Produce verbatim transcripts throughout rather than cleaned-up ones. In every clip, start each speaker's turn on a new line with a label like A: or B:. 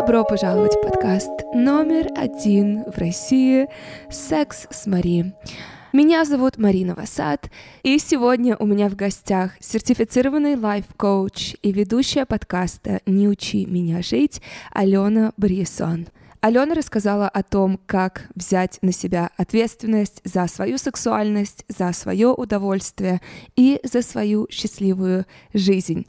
A: Добро пожаловать в подкаст номер один в России «Секс с Мари». Меня зовут Марина Васад, и сегодня у меня в гостях сертифицированный лайф-коуч и ведущая подкаста «Не учи меня жить» Алена Бриесон. Алена рассказала о том, как взять на себя ответственность за свою сексуальность, за свое удовольствие и за свою счастливую жизнь.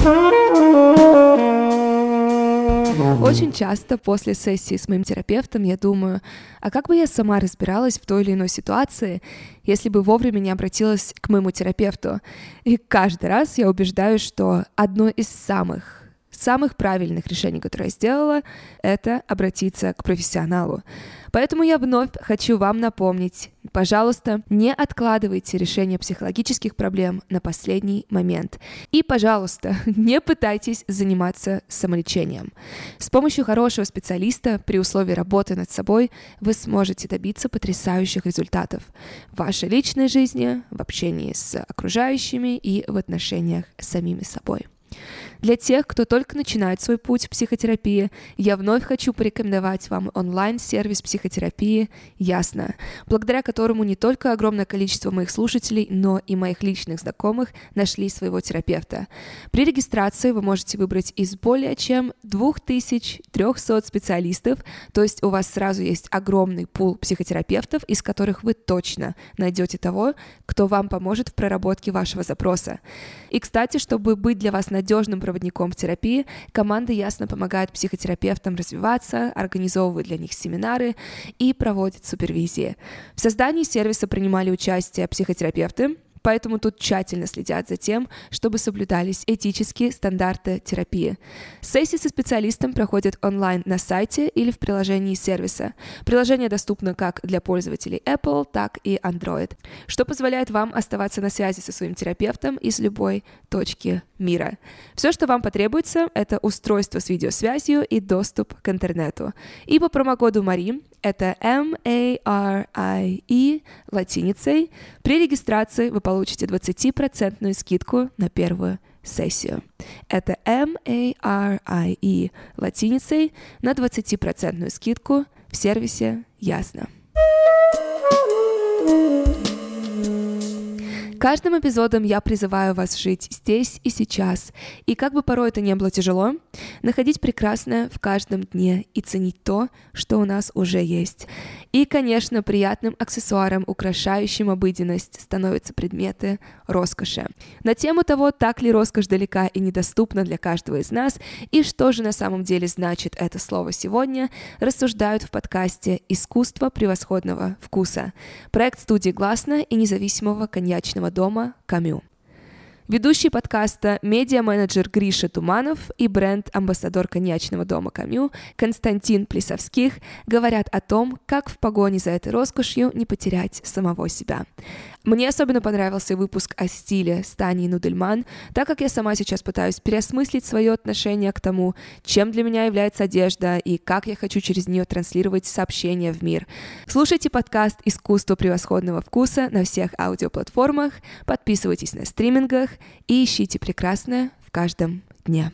A: Очень часто после сессии с моим терапевтом я думаю, а как бы я сама разбиралась в той или иной ситуации, если бы вовремя не обратилась к моему терапевту. И каждый раз я убеждаюсь, что одно из самых Самых правильных решений, которые я сделала, это обратиться к профессионалу. Поэтому я вновь хочу вам напомнить, пожалуйста, не откладывайте решение психологических проблем на последний момент. И, пожалуйста, не пытайтесь заниматься самолечением. С помощью хорошего специалиста при условии работы над собой вы сможете добиться потрясающих результатов в вашей личной жизни, в общении с окружающими и в отношениях с самими собой. Для тех, кто только начинает свой путь в психотерапии, я вновь хочу порекомендовать вам онлайн-сервис психотерапии «Ясно», благодаря которому не только огромное количество моих слушателей, но и моих личных знакомых нашли своего терапевта. При регистрации вы можете выбрать из более чем две тысячи триста специалистов, то есть у вас сразу есть огромный пул психотерапевтов, из которых вы точно найдете того, кто вам поможет в проработке вашего запроса. И, кстати, чтобы быть для вас надежным проводником в терапии, команда Ясно помогает психотерапевтам развиваться, организовывает для них семинары и проводит супервизии. В создании сервиса принимали участие психотерапевты, поэтому тут тщательно следят за тем, чтобы соблюдались этические стандарты терапии. Сессии со специалистом проходят онлайн на сайте или в приложении сервиса. Приложение доступно как для пользователей Apple, так и Android, что позволяет вам оставаться на связи со своим терапевтом из любой точки мира. Все, что вам потребуется, это устройство с видеосвязью и доступ к интернету. И по промокоду Мари, это эм эй ар ай и латиницей, при регистрации вы получите двадцатипроцентную скидку на первую сессию. Это эм эй ар ай и латиницей на двадцатипроцентную скидку в сервисе Ясно. Каждым эпизодом я призываю вас жить здесь и сейчас, и как бы порой это не было тяжело, находить прекрасное в каждом дне и ценить то, что у нас уже есть. И, конечно, приятным аксессуаром, украшающим обыденность, становятся предметы роскоши. На тему того, так ли роскошь далека и недоступна для каждого из нас, и что же на самом деле значит это слово сегодня, рассуждают в подкасте «Искусство превосходного вкуса», проект студии «Гласно» и независимого коньячного дома «Камю». Ведущий подкаста медиа-менеджер Гриша Туманов и бренд-амбассадор коньячного дома «Камю» Константин Плесовских говорят о том, как в погоне за этой роскошью не потерять самого себя. Мне особенно понравился выпуск о стиле с Таней Нудельман, так как я сама сейчас пытаюсь переосмыслить свое отношение к тому, чем для меня является одежда и как я хочу через нее транслировать сообщения в мир. Слушайте подкаст «Искусство превосходного вкуса» на всех аудиоплатформах, подписывайтесь на стримингах и ищите прекрасное в каждом дне.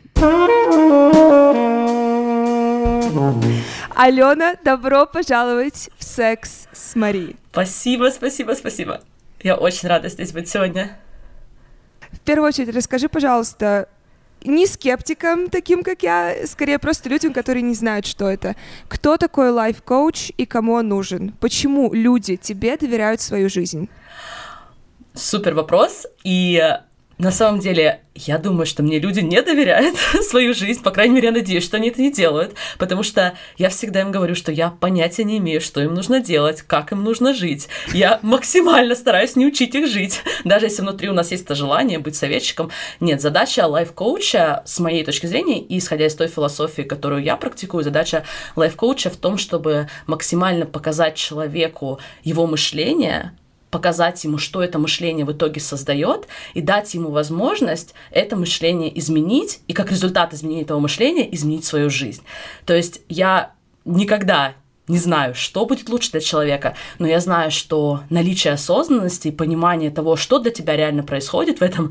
A: Алена, добро пожаловать в «Секс с Мари».
B: Спасибо, спасибо, спасибо. Я очень рада здесь быть сегодня.
A: В первую очередь, расскажи, пожалуйста, не скептикам, таким как я, скорее просто людям, которые не знают, что это. Кто такой лайф-коуч и кому он нужен? Почему люди тебе доверяют свою жизнь?
B: Супер вопрос. И на самом деле, я думаю, что мне люди не доверяют свою жизнь, по крайней мере, я надеюсь, что они это не делают, потому что я всегда им говорю, что я понятия не имею, что им нужно делать, как им нужно жить. Я максимально стараюсь не учить их жить, даже если внутри у нас есть это желание быть советчиком. Нет, задача лайф-коуча, с моей точки зрения, и исходя из той философии, которую я практикую, задача лайф-коуча в том, чтобы максимально показать человеку его мышление, показать ему, что это мышление в итоге создает, и дать ему возможность это мышление изменить, и как результат изменения этого мышления изменить свою жизнь. То есть я никогда не знаю, что будет лучше для человека, но я знаю, что наличие осознанности и понимание того, что для тебя реально происходит в этом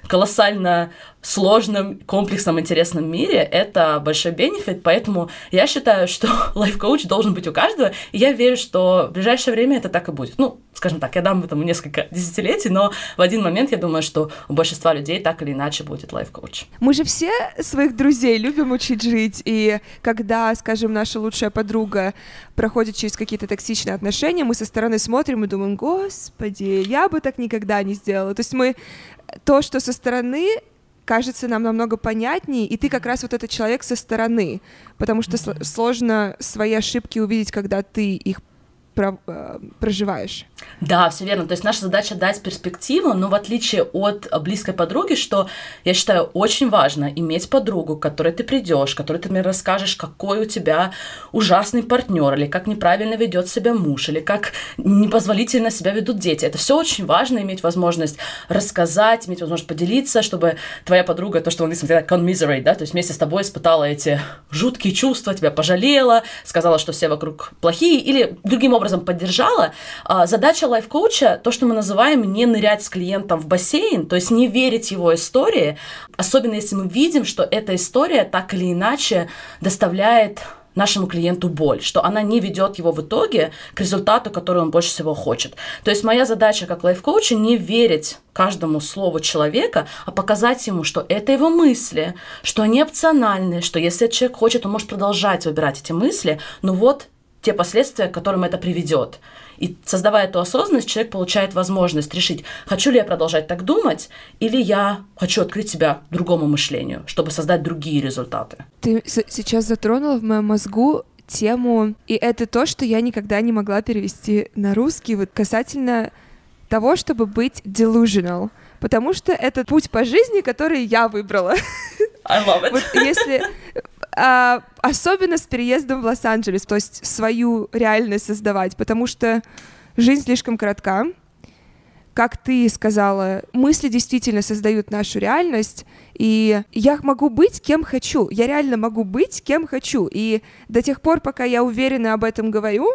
B: колоссально сложном, комплексном, интересном мире, это большой бенефит, поэтому я считаю, что лайф-коуч должен быть у каждого, и я верю, что в ближайшее время это так и будет. Ну, скажем так, я дам этому несколько десятилетий, но в один момент я думаю, что у большинства людей так или иначе будет лайф-коуч.
A: Мы же все своих друзей любим учить жить, и когда, скажем, наша лучшая подруга проходит через какие-то токсичные отношения, мы со стороны смотрим и думаем: господи, я бы так никогда не сделала. То есть мы то, что со стороны кажется нам намного понятнее, и ты как раз вот этот человек со стороны, потому что mm-hmm. сложно свои ошибки увидеть, когда ты их про, э, проживаешь.
B: Да, все верно. То есть наша задача дать перспективу, но в отличие от близкой подруги, что я считаю очень важно иметь подругу, к которой ты придешь, которой ты мне расскажешь, какой у тебя ужасный партнер, или как неправильно ведет себя муж, или как непозволительно себя ведут дети. Это все очень важно, иметь возможность рассказать, иметь возможность поделиться, чтобы твоя подруга, то, что в английском называют commiserate, да, то есть вместе с тобой испытала эти жуткие чувства, тебя пожалела, сказала, что все вокруг плохие, или другим образом поддержала. Задача лайф-коуча, то, что мы называем не нырять с клиентом в бассейн, то есть не верить его истории, особенно если мы видим, что эта история так или иначе доставляет нашему клиенту боль, что она не ведет его в итоге к результату, который он больше всего хочет. То есть моя задача как лайф-коуча не верить каждому слову человека, а показать ему, что это его мысли, что они опциональны, что если человек хочет, он может продолжать выбирать эти мысли, но вот те последствия, к которым это приведет. И создавая эту осознанность, человек получает возможность решить, хочу ли я продолжать так думать, или я хочу открыть себя другому мышлению, чтобы создать другие результаты.
A: Ты сейчас затронула в моем мозгу тему, и это то, что я никогда не могла перевести на русский, вот касательно того, чтобы быть delusional, потому что это путь по жизни, который я выбрала.
B: I love it.
A: Вот если... А, особенно с переездом в Лос-Анджелес, то есть свою реальность создавать, потому что жизнь слишком коротка. Как ты сказала, мысли действительно создают нашу реальность, и я могу быть кем хочу, я реально могу быть кем хочу, и до тех пор, пока я уверенно об этом говорю,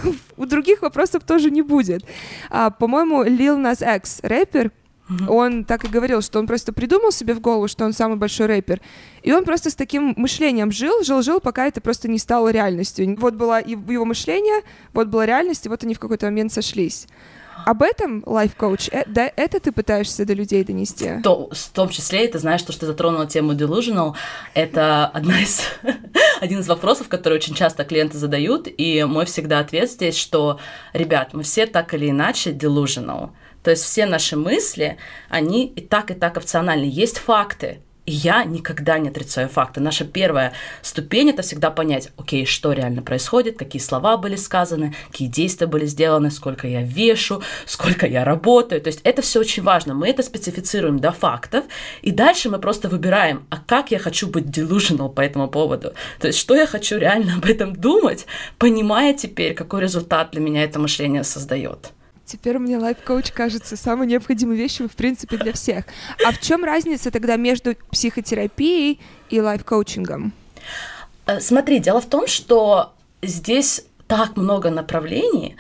A: у других вопросов тоже не будет. А, по-моему, Lil Nas X, рэпер, Mm-hmm. он так и говорил, что он просто придумал себе в голову, что он самый большой рэпер, и он просто с таким мышлением жил, жил, жил, пока это просто не стало реальностью. Вот было его мышление, вот была реальность, и вот они в какой-то момент сошлись. Об этом лайф-коуч, э, да, это ты пытаешься до людей донести?
B: То, в том числе, ты знаешь, то, что ты затронула тему delusional, это одна из, один из вопросов, которые очень часто клиенты задают, и мой всегда ответ здесь, что, ребят, мы все так или иначе delusional. То есть все наши мысли, они и так, и так опциональны. Есть факты, и я никогда не отрицаю факты. Наша первая ступень — это всегда понять, окей, что реально происходит, какие слова были сказаны, какие действия были сделаны, сколько я вешу, сколько я работаю. То есть это все очень важно. Мы это специфицируем до фактов, и дальше мы просто выбираем, а как я хочу быть delusional по этому поводу. То есть что я хочу реально об этом думать, понимая теперь, какой результат для меня это мышление создает.
A: Теперь мне лайф-коуч кажется самой необходимой вещью, в принципе, для всех. А в чем разница тогда между психотерапией и лайф-коучингом?
B: Смотри, дело в том, что здесь так много направлений,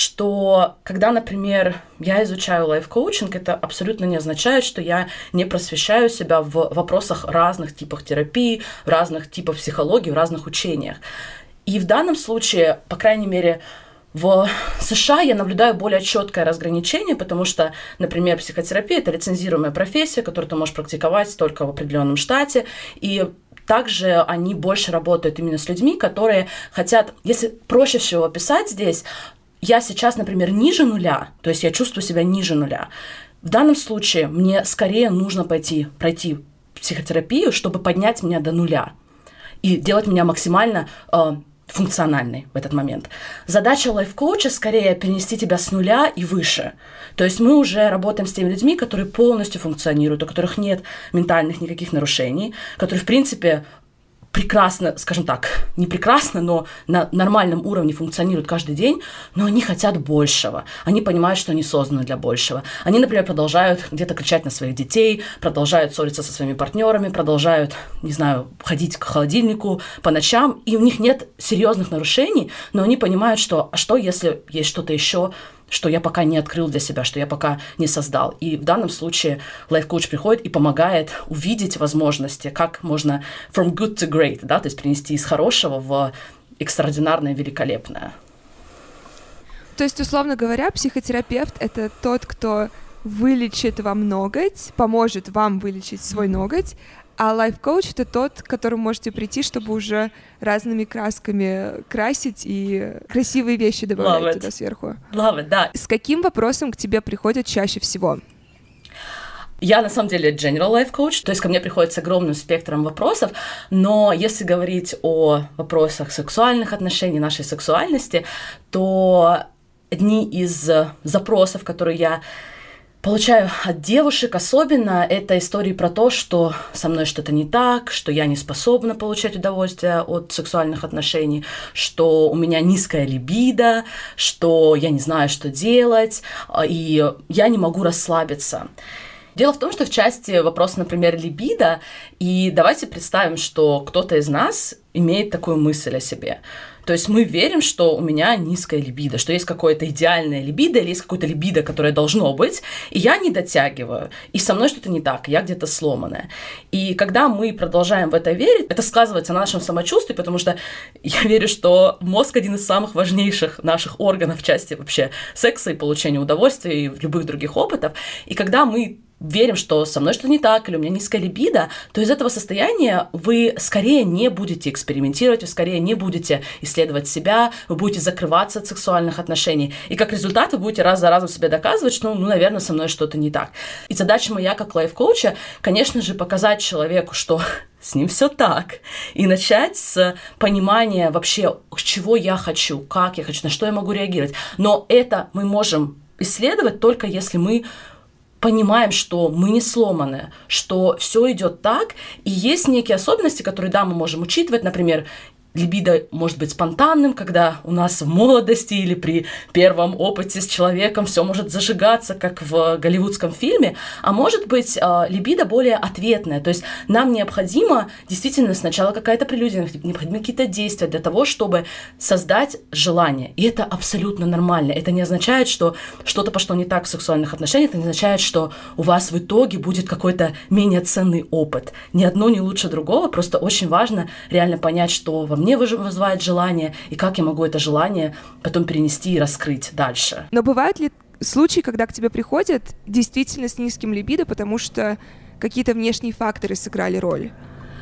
B: что когда, например, я изучаю лайф-коучинг, это абсолютно не означает, что я не просвещаю себя в вопросах разных типов терапии, в разных типах психологии, в разных учениях. И в данном случае, по крайней мере, в США я наблюдаю более четкое разграничение, потому что, например, психотерапия — это лицензируемая профессия, которую ты можешь практиковать только в определенном штате, и также они больше работают именно с людьми, которые хотят, если проще всего описать здесь, я сейчас, например, ниже нуля, то есть я чувствую себя ниже нуля. В данном случае мне скорее нужно пойти, пройти психотерапию, чтобы поднять меня до нуля и делать меня максимально э, функциональной в этот момент. Задача лайф-коуча скорее перенести тебя с нуля и выше. То есть мы уже работаем с теми людьми, которые полностью функционируют, у которых нет ментальных никаких нарушений, которые, в принципе, прекрасно, скажем так, не прекрасно, но на нормальном уровне функционируют каждый день, но они хотят большего. Они понимают, что они созданы для большего. Они, например, продолжают где-то кричать на своих детей, продолжают ссориться со своими партнерами, продолжают, не знаю, ходить к холодильнику по ночам, и у них нет серьезных нарушений, но они понимают, что а что, если есть что-то еще, что я пока не открыл для себя, что я пока не создал. И в данном случае лайф-коуч приходит и помогает увидеть возможности, как можно from good to great, да, то есть перенести из хорошего в экстраординарное, великолепное.
A: То есть, условно говоря, психотерапевт — это тот, кто вылечит вам ноготь, поможет вам вылечить свой ноготь, а лайф-коуч — это тот, к которому можете прийти, чтобы уже разными красками красить и красивые вещи добавлять туда сверху.
B: Love it, да.
A: С каким вопросом к тебе приходят чаще всего?
B: Я, на самом деле, general life coach, то есть ко мне приходит с огромным спектром вопросов, но если говорить о вопросах сексуальных отношений, нашей сексуальности, то одни из запросов, которые я получаю от девушек особенно, это истории про то, что со мной что-то не так, что я не способна получать удовольствие от сексуальных отношений, что у меня низкая либидо, что я не знаю, что делать, и я не могу расслабиться. Дело в том, что в части вопроса, например, либидо, и давайте представим, что кто-то из нас имеет такую мысль о себе. То есть мы верим, что у меня низкая либидо, что есть какое-то идеальное либидо или есть какое-то либидо, которое должно быть, и я не дотягиваю, и со мной что-то не так, я где-то сломанная. И когда мы продолжаем в это верить, это сказывается на нашем самочувствии, потому что я верю, что мозг один из самых важнейших наших органов в части вообще секса и получения удовольствия и любых других опытов. И когда мы верим, что со мной что-то не так, или у меня низкая либидо, то из этого состояния вы скорее не будете экспериментировать, вы скорее не будете исследовать себя, вы будете закрываться от сексуальных отношений. И как результат вы будете раз за разом себе доказывать, что, ну, наверное, со мной что-то не так. И задача моя как лайф-коуча, конечно же, показать человеку, что с ним все так, и начать с понимания вообще, чего я хочу, как я хочу, на что я могу реагировать. Но это мы можем исследовать только если мы понимаем, что мы не сломаны, что все идет так, и есть некие особенности, которые, да, мы можем учитывать, например, либидо может быть спонтанным, когда у нас в молодости или при первом опыте с человеком все может зажигаться, как в голливудском фильме, а может быть либидо более ответное, то есть нам необходимо действительно сначала какая-то прелюдия, необходимы какие-то действия для того, чтобы создать желание, и это абсолютно нормально, это не означает, что что-то пошло не так в сексуальных отношениях, это не означает, что у вас в итоге будет какой-то менее ценный опыт, ни одно не лучше другого, просто очень важно реально понять, что во мне вызывает желание, и как я могу это желание потом перенести и раскрыть дальше.
A: Но бывают ли случаи, когда к тебе приходят действительно с низким либидо, потому что какие-то внешние факторы сыграли роль?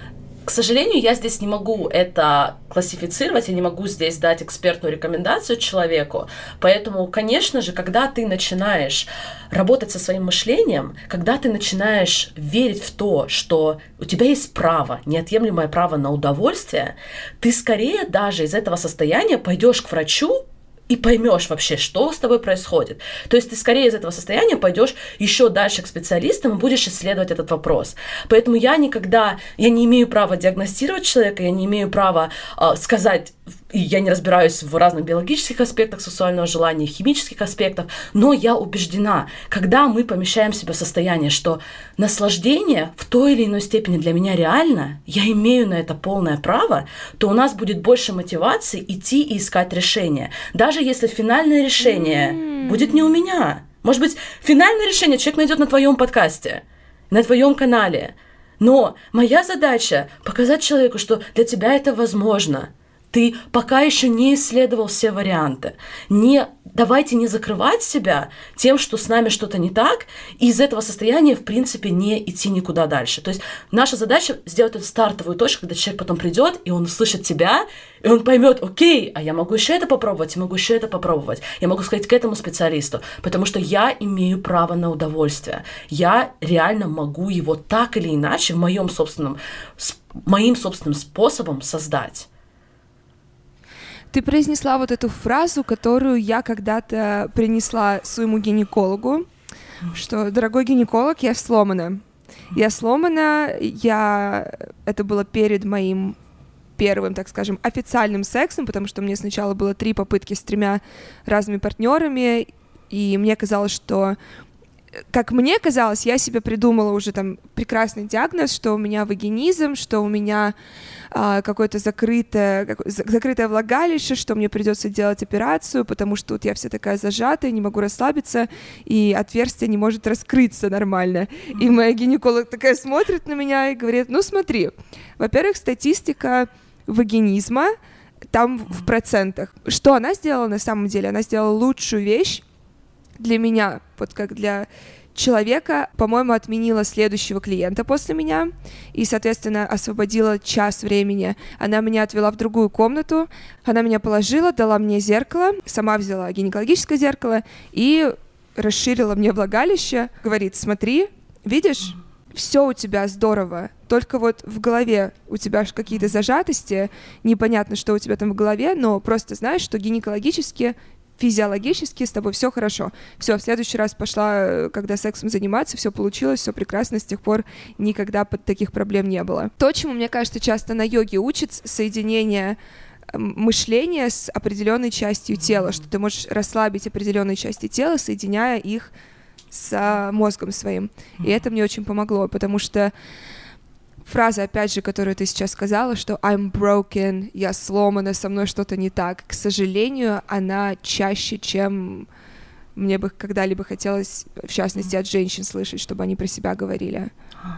B: К сожалению, я здесь не могу это классифицировать, я не могу здесь дать экспертную рекомендацию человеку, поэтому, конечно же, когда ты начинаешь работать со своим мышлением, когда ты начинаешь верить в то, что у тебя есть право, неотъемлемое право на удовольствие, ты скорее даже из этого состояния пойдешь к врачу и поймешь вообще, что с тобой происходит. То есть ты скорее из этого состояния пойдешь еще дальше к специалистам и будешь исследовать этот вопрос. Поэтому я никогда, я не имею права диагностировать человека, я не имею права э, сказать, и я не разбираюсь в разных биологических аспектах сексуального желания, химических аспектах, но я убеждена, когда мы помещаем себя в состояние, что наслаждение в той или иной степени для меня реально, я имею на это полное право, то у нас будет больше мотивации идти и искать решение. Даже если финальное решение mm. будет не у меня. Может быть, финальное решение человек найдет на твоем подкасте, на твоем канале. Но моя задача показать человеку, что для тебя это возможно. Ты пока еще не исследовал все варианты. Не, давайте не закрывать себя тем, что с нами что-то не так, и из этого состояния, в принципе, не идти никуда дальше. То есть наша задача сделать эту стартовую точку, когда человек потом придет, и он услышит тебя, и он поймет, окей, а я могу еще это попробовать, я могу еще это попробовать. Я могу сказать к этому специалисту, потому что я имею право на удовольствие. Я реально могу его так или иначе в моем собственном, моим собственным способом создать.
A: Ты произнесла вот эту фразу, которую я когда-то принесла своему гинекологу, что, дорогой гинеколог, я сломана. Я сломана, я... это было перед моим первым, так скажем, официальным сексом, потому что у меня сначала было три попытки с тремя разными партнерами, и мне казалось, что как мне казалось, я себе придумала уже там прекрасный диагноз, что у меня вагинизм, что у меня а, какое-то закрытое, как, закрытое влагалище, что мне придется делать операцию, потому что вот я вся такая зажатая, не могу расслабиться, и отверстие не может раскрыться нормально. И моя гинеколог такая смотрит на меня и говорит: ну смотри, во-первых, статистика вагинизма там в процентах. Что она сделала на самом деле? Она сделала лучшую вещь для меня, вот как для человека, по-моему, отменила следующего клиента после меня и, соответственно, освободила час времени. Она меня отвела в другую комнату, она меня положила, дала мне зеркало, сама взяла гинекологическое зеркало и расширила мне влагалище. Говорит: смотри, видишь, все у тебя здорово, только вот в голове у тебя какие-то зажатости, непонятно, что у тебя там в голове, но просто знаешь, что гинекологически, физиологически с тобой все хорошо. Все, в следующий раз пошла, когда сексом заниматься, все получилось, все прекрасно, с тех пор никогда под таких проблем не было. То, чему, мне кажется, часто на йоге учат, соединение мышления с определенной частью тела, что ты можешь расслабить определенные части тела, соединяя их с мозгом своим. И это мне очень помогло, потому что фраза, опять же, которую ты сейчас сказала, что I'm broken, я сломана, со мной что-то не так, к сожалению, она чаще, чем мне бы когда-либо хотелось, в частности, от женщин слышать, чтобы они про себя говорили.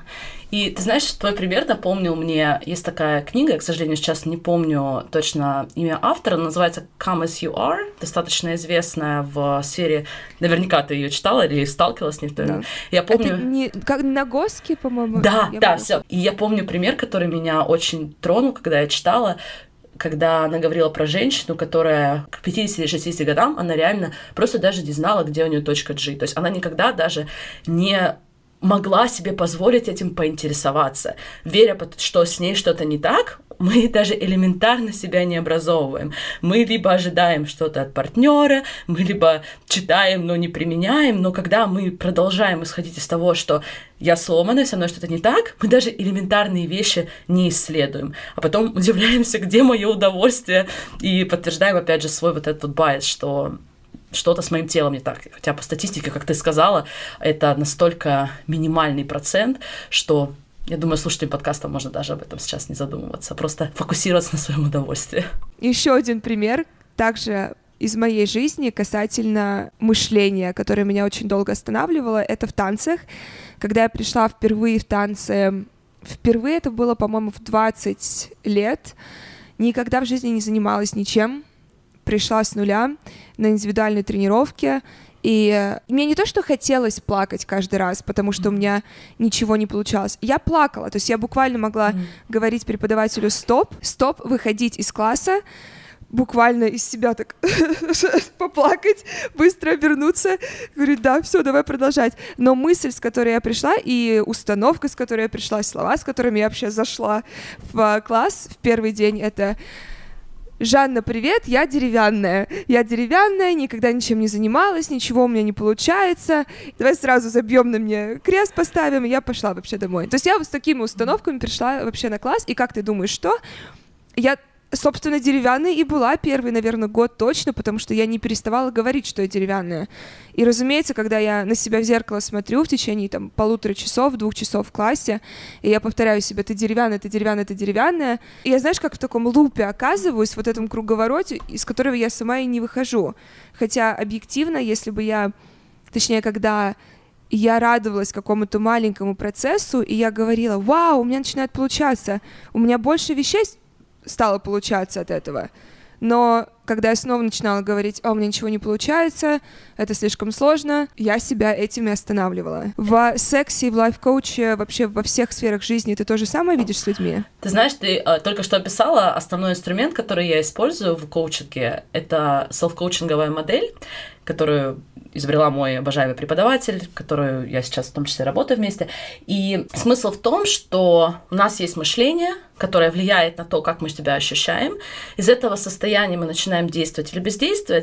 B: И ты знаешь, твой пример напомнил мне, есть такая книга, я, к сожалению, сейчас не помню точно имя автора, называется Come As You Are, достаточно известная в сфере, наверняка ты ее читала или сталкивалась с ней. Да. Я помню...
A: Это не... как Нагоски, по-моему?
B: Да, я да, все. И я помню пример, который меня очень тронул, когда я читала, когда она говорила про женщину, которая к пятидесяти-шестидесяти годам, она реально просто даже не знала, где у нее точка G. То есть она никогда даже не могла себе позволить этим поинтересоваться. Веря, что с ней что-то не так, мы даже элементарно себя не образовываем. Мы либо ожидаем что-то от партнера, мы либо читаем, но не применяем, но когда мы продолжаем исходить из того, что я сломана, со мной что-то не так, мы даже элементарные вещи не исследуем. А потом удивляемся, где мое удовольствие, и подтверждаем, опять же, свой вот этот вот байс, что что-то с моим телом не так. Хотя по статистике, как ты сказала, это настолько минимальный процент, что, я думаю, слушателям подкаста можно даже об этом сейчас не задумываться, просто фокусироваться на своем удовольствии.
A: Еще один пример, также из моей жизни касательно мышления, которое меня очень долго останавливало, это в танцах. Когда я пришла впервые в танцы, впервые это было, по-моему, в двадцать лет, никогда в жизни не занималась ничем, пришла с нуля на индивидуальной тренировке, и мне не то, что хотелось плакать каждый раз, потому что у меня ничего не получалось. Я плакала, то есть я буквально могла mm. говорить преподавателю «стоп», «стоп», выходить из класса, буквально из себя так поплакать, быстро вернуться, говорить: да, все, давай продолжать. Но мысль, с которой я пришла, и установка, с которой я пришла, слова, с которыми я вообще зашла в класс в первый день, это: Жанна, привет, я деревянная. Я деревянная, никогда ничем не занималась, ничего у меня не получается. Давай сразу забьем на мне крест, поставим, и я пошла вообще домой. То есть я с такими установками пришла вообще на класс, и как ты думаешь, что? Я, собственно, деревянной и была первый, наверное, год точно, потому что я не переставала говорить, что я деревянная. И, разумеется, когда я на себя в зеркало смотрю в течение там полутора часов, двух часов в классе, и я повторяю себе: ты деревянная, ты деревянная, ты деревянная, и я, знаешь, как в таком лупе оказываюсь, в вот этом круговороте, из которого я сама и не выхожу. Хотя объективно, если бы я, точнее, когда я радовалась какому-то маленькому процессу, и я говорила: вау, у меня начинает получаться, у меня больше вещей стало получаться от этого. Но когда я снова начинала говорить: а у меня ничего не получается, это слишком сложно, я себя этим и останавливала. В сексе, в лайф-коуче, вообще во всех сферах жизни ты то же самое видишь с людьми?
B: Ты знаешь, ты э, только что описала основной инструмент, который я использую в коучинге. Это селф-коучинговая модель, которую изобрела мой обожаемый преподаватель, которую я сейчас в том числе работаю вместе. И смысл в том, что у нас есть мышление, которое влияет на то, как мы себя ощущаем. Из этого состояния мы начинаем действовать или бездействовать.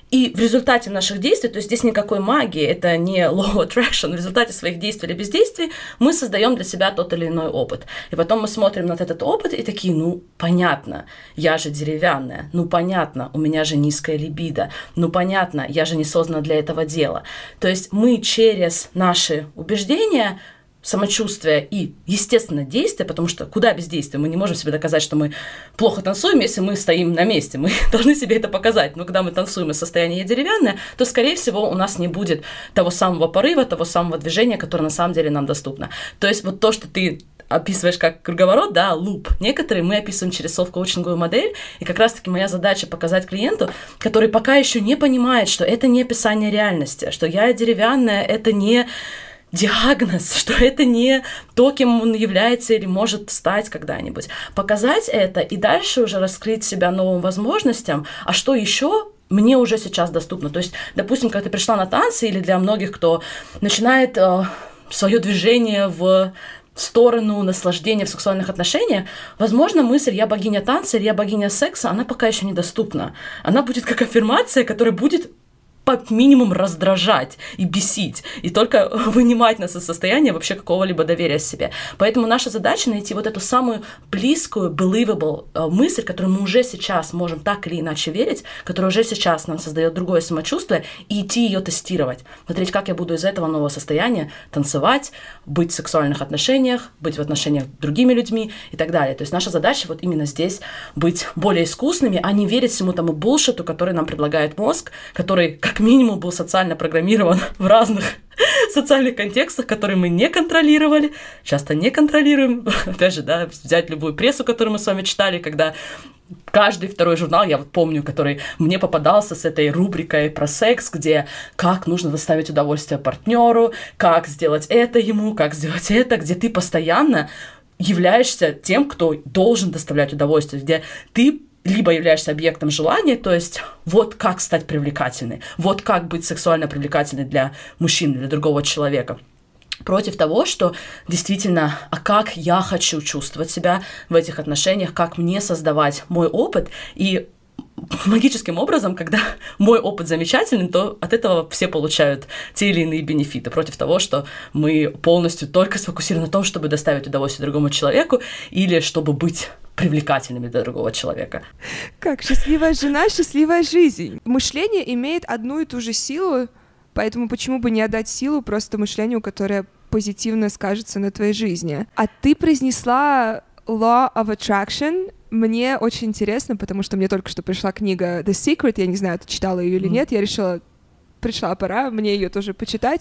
B: И в результате наших действий, то есть здесь никакой магии, это не law of attraction, в результате своих действий или бездействий мы создаем для себя тот или иной опыт. И потом мы смотрим на этот опыт и такие, ну, понятно, я же деревянная, ну, понятно, у меня же низкая либидо, ну, понятно, я же не создана для этого дела. То есть мы через наши убеждения, самочувствие и, естественно, действие, потому что куда без действия? Мы не можем себе доказать, что мы плохо танцуем, если мы стоим на месте. Мы должны себе это показать. Но когда мы танцуем из состояния деревянное, то, скорее всего, у нас не будет того самого порыва, того самого движения, которое на самом деле нам доступно. То есть вот то, что ты описываешь как круговорот, да, луп. Некоторые мы описываем через селф-коучинговую модель, и как раз-таки моя задача показать клиенту, который пока еще не понимает, что это не описание реальности, что я деревянная, это не диагноз, что это не то, кем он является или может стать когда-нибудь. Показать это и дальше уже раскрыть себя новым возможностям, а что еще мне уже сейчас доступно. То есть, допустим, когда ты пришла на танцы, или для многих, кто начинает э, свое движение в сторону наслаждения в сексуальных отношениях, возможно, мысль «я богиня танца» или «я богиня секса», она пока еще недоступна. Она будет как аффирмация, которая будет как минимум раздражать и бесить, и только вынимать нас из состояния вообще какого-либо доверия себе. Поэтому наша задача найти вот эту самую близкую, believable мысль, которую мы уже сейчас можем так или иначе верить, которая уже сейчас нам создает другое самочувствие, и идти ее тестировать. Смотреть, как я буду из этого нового состояния танцевать, быть в сексуальных отношениях, быть в отношениях с другими людьми и так далее. То есть наша задача вот именно здесь быть более искусными, а не верить всему тому булшиту, который нам предлагает мозг, который, как минимум, был социально программирован в разных социальных контекстах, которые мы не контролировали, часто не контролируем. Опять же, да, взять любую прессу, которую мы с вами читали, когда каждый второй журнал, я вот помню, который мне попадался с этой рубрикой про секс, где как нужно доставить удовольствие партнеру, как сделать это ему, как сделать это, где ты постоянно являешься тем, кто должен доставлять удовольствие, где ты либо являешься объектом желания, то есть вот как стать привлекательной, вот как быть сексуально привлекательной для мужчины, для другого человека. Против того, что действительно, а как я хочу чувствовать себя в этих отношениях, как мне создавать мой опыт, и магическим образом, когда мой опыт замечательный, то от этого все получают те или иные бенефиты, против того, что мы полностью только сфокусированы на том, чтобы доставить удовольствие другому человеку или чтобы быть привлекательными для другого человека.
A: Как счастливая жена, счастливая жизнь. Мышление имеет одну и ту же силу, поэтому почему бы не отдать силу просто мышлению, которое позитивно скажется на твоей жизни. А ты произнесла law of attraction. Мне очень интересно, потому что мне только что пришла книга The Secret, я не знаю, ты читала ее или нет, я решила, пришла пора мне ее тоже почитать.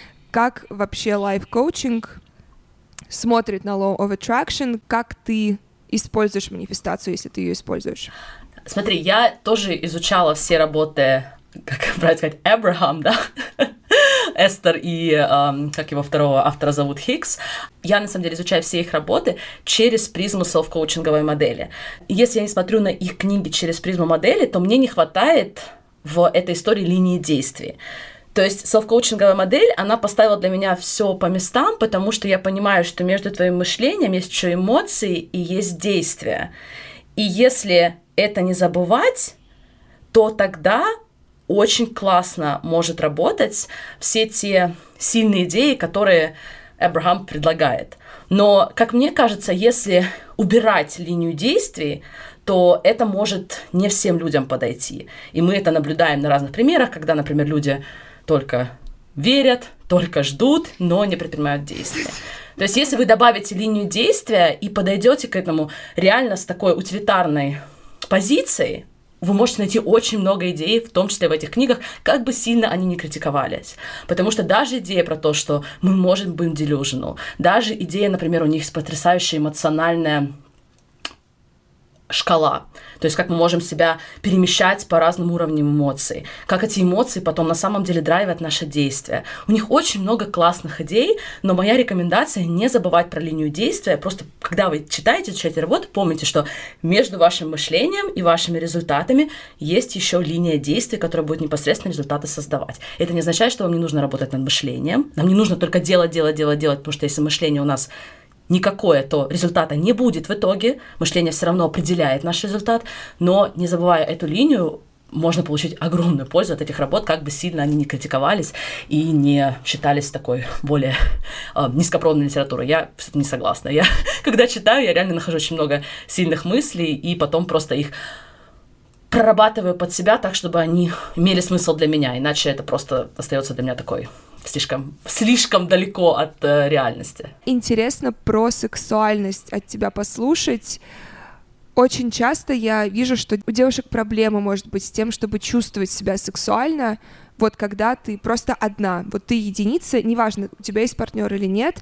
A: Как вообще лайф-коучинг смотрит на law of attraction, как ты используешь манифестацию, если ты ее используешь?
B: Смотри, я тоже изучала все работы, как правильно сказать, Абрахам, да, Эстер и, эм, как его второго автора зовут, Хикс. Я, на самом деле, изучаю все их работы через призму селф-коучинговой модели. И если я не смотрю на их книги через призму модели, то мне не хватает в этой истории линии действий. То есть селф-коучинговая модель, она поставила для меня все по местам, потому что я понимаю, что между твоим мышлением есть еще эмоции и есть действия. И если это не забывать, то тогда очень классно может работать все те сильные идеи, которые Абрахам предлагает. Но, как мне кажется, если убирать линию действий, то это может не всем людям подойти. И мы это наблюдаем на разных примерах, когда, например, люди только верят, только ждут, но не предпринимают действия. То есть если вы добавите линию действия и подойдете к этому реально с такой утилитарной позицией, вы можете найти очень много идей, в том числе в этих книгах, как бы сильно они ни критиковались. Потому что даже идея про то, что мы можем быть delusional, даже идея, например, у них потрясающая эмоциональная шкала. То есть как мы можем себя перемещать по разным уровням эмоций, как эти эмоции потом на самом деле драйвят наши действия. У них очень много классных идей, но моя рекомендация не забывать про линию действия. Просто когда вы читаете, изучаете работу, помните, что между вашим мышлением и вашими результатами есть еще линия действий, которая будет непосредственно результаты создавать. Это не означает, что вам не нужно работать над мышлением. Нам не нужно только делать, делать, делать, делать, потому что если мышление у нас никакое, то результата не будет в итоге. Мышление все равно определяет наш результат, но не забывая эту линию, можно получить огромную пользу от этих работ, как бы сильно они не критиковались и не считались такой более э, низкопробной литературой. Я с этим не согласна. Я, когда читаю, я реально нахожу очень много сильных мыслей, и потом просто их прорабатываю под себя так, чтобы они имели смысл для меня, иначе это просто остается для меня такой слишком, слишком далеко от э, реальности.
A: Интересно про сексуальность от тебя послушать. Очень часто я вижу, что у девушек проблема может быть с тем, чтобы чувствовать себя сексуально, вот когда ты просто одна, вот ты единица, неважно, у тебя есть партнер или нет,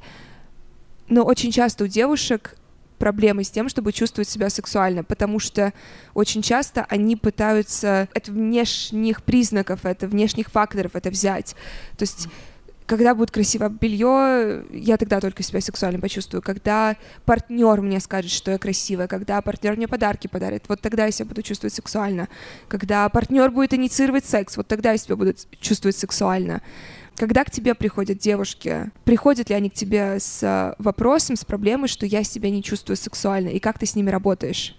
A: но очень часто у девушек проблемы с тем, чтобы чувствовать себя сексуально, потому что очень часто они пытаются от внешних признаков, от внешних факторов это взять. То есть когда будет красивое белье, я тогда только себя сексуально почувствую. Когда партнер мне скажет, что я красивая, когда партнер мне подарки подарит, вот тогда я себя буду чувствовать сексуально. Когда партнер будет инициировать секс, вот тогда я себя буду чувствовать сексуально. Когда к тебе приходят девушки, приходят ли они к тебе с вопросом, с проблемой, что я себя не чувствую сексуально, и как ты с ними работаешь?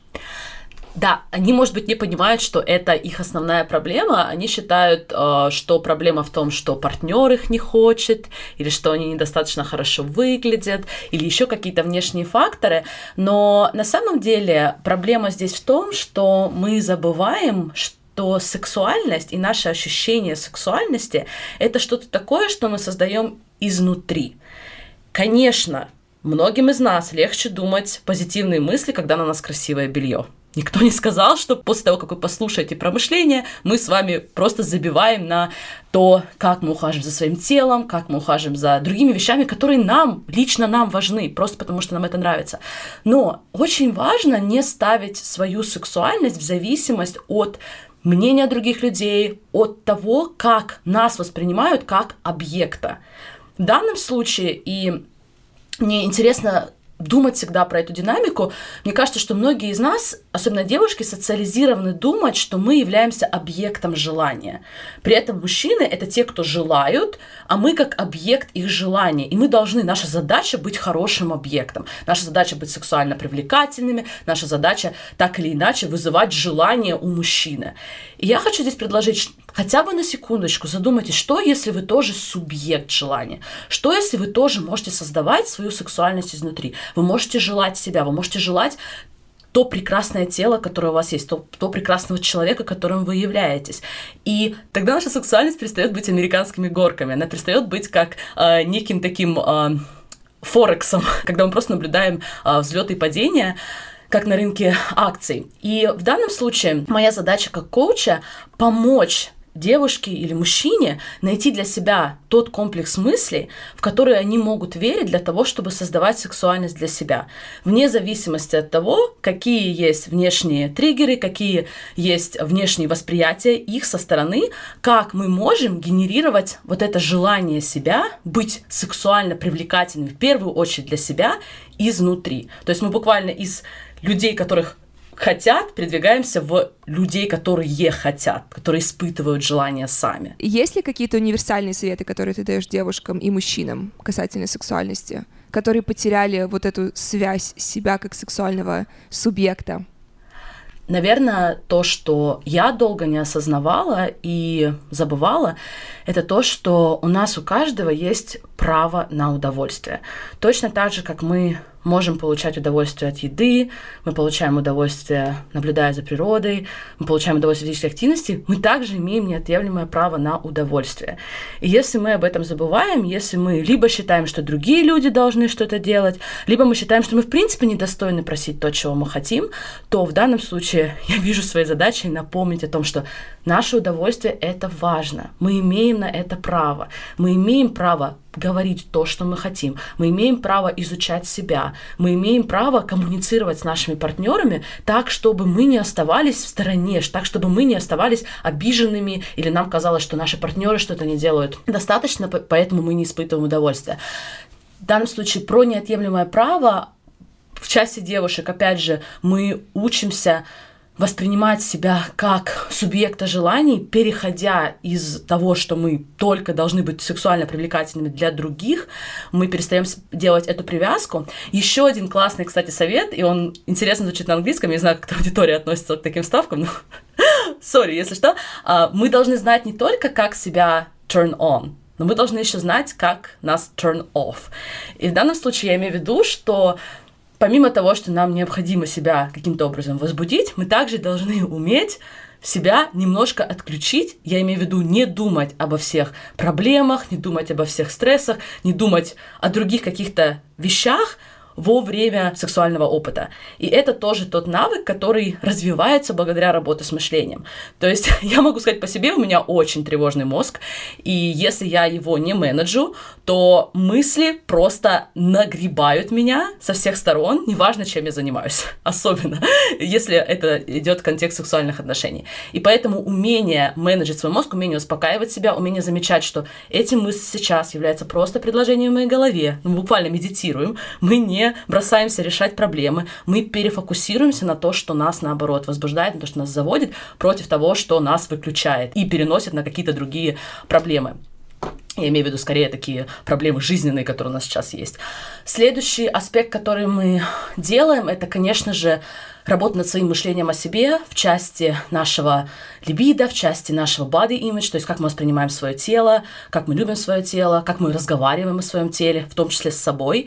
B: Да, они, может быть, не понимают, что это их основная проблема. Они считают, что проблема в том, что партнер их не хочет, или что они недостаточно хорошо выглядят, или еще какие-то внешние факторы. Но на самом деле проблема здесь в том, что мы забываем, что то сексуальность и наше ощущение сексуальности — это что-то такое, что мы создаем изнутри. Конечно, многим из нас легче думать позитивные мысли, когда на нас красивое белье. Никто не сказал, что после того, как вы послушаете про мышление, мы с вами просто забиваем на то, как мы ухаживаем за своим телом, как мы ухаживаем за другими вещами, которые нам, лично нам важны, просто потому что нам это нравится. Но очень важно не ставить свою сексуальность в зависимость от мнения других людей, от того, как нас воспринимают как объекта. В данном случае, и мне интересно думать всегда про эту динамику, мне кажется, что многие из нас, особенно девушки, социализированы думать, что мы являемся объектом желания. При этом мужчины — это те, кто желают, а мы как объект их желания. И мы должны, наша задача быть хорошим объектом. Наша задача быть сексуально привлекательными, наша задача так или иначе вызывать желание у мужчины. И я хочу здесь предложить хотя бы на секундочку задумайтесь, что если вы тоже субъект желания? Что если вы тоже можете создавать свою сексуальность изнутри? Вы можете желать себя, вы можете желать то прекрасное тело, которое у вас есть, то, то прекрасного человека, которым вы являетесь. И тогда наша сексуальность перестает быть американскими горками, она перестает быть как э, неким таким э, форексом, когда мы просто наблюдаем э, взлеты и падения, как на рынке акций. И в данном случае моя задача как коуча — помочь девушке или мужчине найти для себя тот комплекс мыслей, в которые они могут верить для того, чтобы создавать сексуальность для себя. Вне зависимости от того, какие есть внешние триггеры, какие есть внешние восприятия их со стороны, как мы можем генерировать вот это желание себя, быть сексуально привлекательным в первую очередь для себя изнутри. То есть мы буквально из людей, которых хотят, передвигаемся в людей, которые хотят, которые испытывают желание сами.
A: Есть ли какие-то универсальные советы, которые ты даешь девушкам и мужчинам касательно сексуальности, которые потеряли вот эту связь себя как сексуального субъекта?
B: Наверное, то, что я долго не осознавала и забывала, это то, что у нас у каждого есть право на удовольствие. Точно так же, как мы можем получать удовольствие от еды, мы получаем удовольствие, наблюдая за природой, мы получаем удовольствие от физической активности, мы также имеем неотъемлемое право на удовольствие. И если мы об этом забываем, если мы либо считаем, что другие люди должны что-то делать, либо мы считаем, что мы в принципе недостойны просить то, чего мы хотим, то в данном случае я вижу своей задачей напомнить о том, что наше удовольствие — это важно, мы имеем на это право, мы имеем право говорить то, что мы хотим. Мы имеем право изучать себя. Мы имеем право коммуницировать с нашими партнерами так, чтобы мы не оставались в стороне, так, чтобы мы не оставались обиженными или нам казалось, что наши партнеры что-то не делают достаточно, поэтому мы не испытываем удовольствия. В данном случае про неотъемлемое право в части девушек, опять же, мы учимся воспринимать себя как субъекта желаний, переходя из того, что мы только должны быть сексуально привлекательными для других, мы перестаем делать эту привязку. Еще один классный, кстати, совет, и он интересно звучит на английском, я не знаю, как аудитория относится к таким вставкам, но Сори, если что. Мы должны знать не только, как себя turn on, но мы должны еще знать, как нас turn off. И в данном случае я имею в виду, что помимо того, что нам необходимо себя каким-то образом возбудить, мы также должны уметь себя немножко отключить, я имею в виду не думать обо всех проблемах, не думать обо всех стрессах, не думать о других каких-то вещах во время сексуального опыта. И это тоже тот навык, который развивается благодаря работе с мышлением. То есть я могу сказать по себе, у меня очень тревожный мозг, и если я его не менеджу, то мысли просто нагребают меня со всех сторон, неважно, чем я занимаюсь, особенно если это идет в контекст сексуальных отношений. И поэтому умение менеджить свой мозг, умение успокаивать себя, умение замечать, что эти мысли сейчас являются просто предложением в моей голове, мы буквально медитируем, мы не бросаемся решать проблемы, мы перефокусируемся на то, что нас, наоборот, возбуждает, на то, что нас заводит, против того, что нас выключает и переносит на какие-то другие проблемы. Я имею в виду, скорее, такие проблемы жизненные, которые у нас сейчас есть. Следующий аспект, который мы делаем, это, конечно же, работа над своим мышлением о себе в части нашего либидо, в части нашего body image, то есть как мы воспринимаем свое тело, как мы любим свое тело, как мы разговариваем о своем теле, в том числе с собой.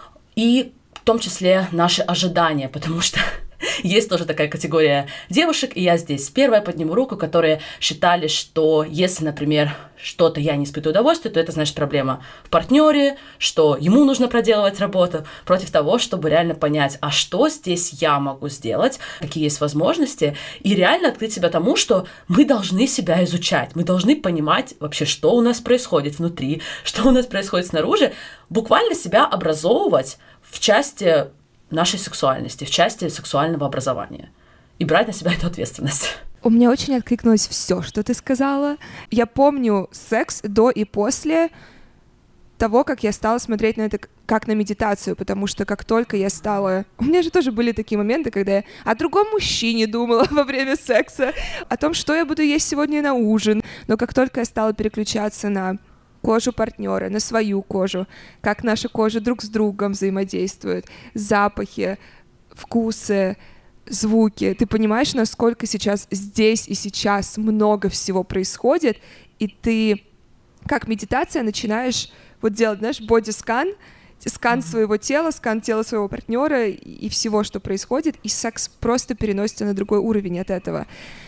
B: И в том числе наши ожидания, потому что есть тоже такая категория девушек, и я здесь первая подниму руку, которые считали, что если, например, что-то я не испытываю удовольствия, то это значит проблема в партнере, что ему нужно проделывать работу, против того, чтобы реально понять, а что здесь я могу сделать, какие есть возможности, и реально открыть себя тому, что мы должны себя изучать, мы должны понимать вообще, что у нас происходит внутри, что у нас происходит снаружи, буквально себя образовывать в части нашей сексуальности, в части сексуального образования и брать на себя эту ответственность.
A: У меня очень откликнулось все, что ты сказала. Я помню секс до и после того, как я стала смотреть на это как на медитацию, потому что как только я стала... У меня же тоже были такие моменты, когда я о другом мужчине думала во время секса, о том, что я буду есть сегодня на ужин, но как только я стала переключаться на кожу партнера, на свою кожу, как наша кожа друг с другом взаимодействует, запахи, вкусы, звуки. Ты понимаешь, насколько сейчас здесь и сейчас много всего происходит, и ты, как медитация, начинаешь вот делать, знаешь, боди-скан, скан mm-hmm. своего тела, скан тела своего партнера и всего, что происходит, и секс просто переносится на другой уровень от этого.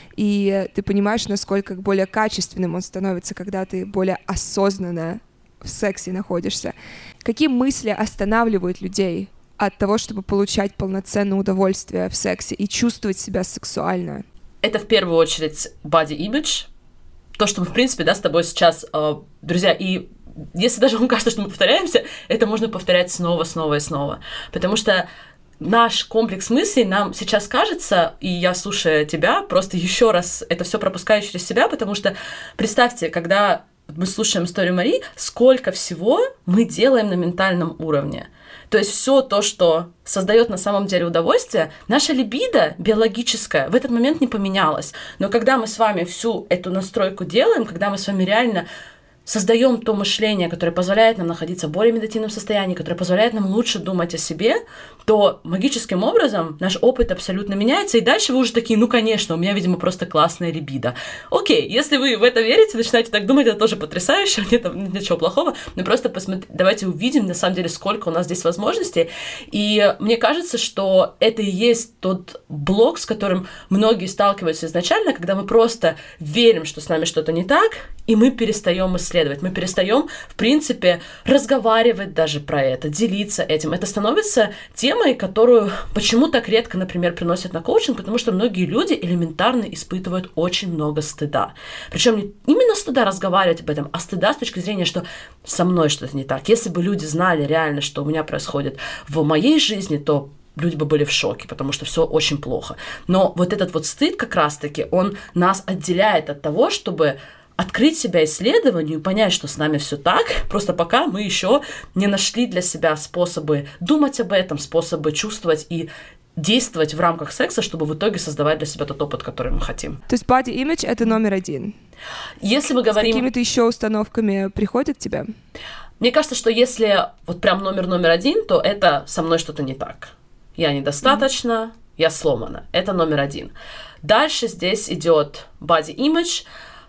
A: И ты понимаешь, насколько более качественным он становится, когда ты более осознанно в сексе находишься. Какие мысли останавливают людей от того, чтобы получать полноценное удовольствие в сексе и чувствовать себя сексуально?
B: Это в первую очередь body image. То, что мы, в принципе, да, с тобой сейчас, э, друзья, и если даже вам кажется, что мы повторяемся, это можно повторять снова, снова и снова. Потому что наш комплекс мыслей нам сейчас кажется, и я, слушая тебя, просто еще раз это все пропускаю через себя, потому что представьте, когда мы слушаем историю Марии, сколько всего мы делаем на ментальном уровне. То есть все то, что создает на самом деле удовольствие, наша либидо биологическая в этот момент не поменялась. Но когда мы с вами всю эту настройку делаем, когда мы с вами реально создаем то мышление, которое позволяет нам находиться в более медитативном состоянии, которое позволяет нам лучше думать о себе, то магическим образом наш опыт абсолютно меняется, и дальше вы уже такие, ну, конечно, у меня, видимо, просто классная либидо. Окей, если вы в это верите, начинаете так думать, это тоже потрясающе, нет, нет ничего плохого, но просто посмотри, давайте увидим, на самом деле, сколько у нас здесь возможностей, и мне кажется, что это и есть тот блок, с которым многие сталкиваются изначально, когда мы просто верим, что с нами что-то не так, и мы перестаем исследовать, мы перестаем, в принципе, разговаривать даже про это, делиться этим. Это становится темой, которую почему так редко, например, приносят на коучинг, потому что многие люди элементарно испытывают очень много стыда. Причем не именно стыда разговаривать об этом, а стыда с точки зрения, что со мной что-то не так. Если бы люди знали реально, что у меня происходит в моей жизни, то люди бы были в шоке, потому что все очень плохо. Но вот этот вот стыд как раз-таки, он нас отделяет от того, чтобы открыть себя исследованию и понять, что с нами все так, просто пока мы еще не нашли для себя способы думать об этом, способы чувствовать и действовать в рамках секса, чтобы в итоге создавать для себя тот опыт, который мы хотим.
A: То есть body image — это номер один?
B: Если мы говорим...
A: С какими-то еще установками приходит к тебе?
B: Мне кажется, что если вот прям номер-номер один, то это со мной что-то не так. Я недостаточно, mm-hmm. я сломана. Это номер один. Дальше здесь идет body image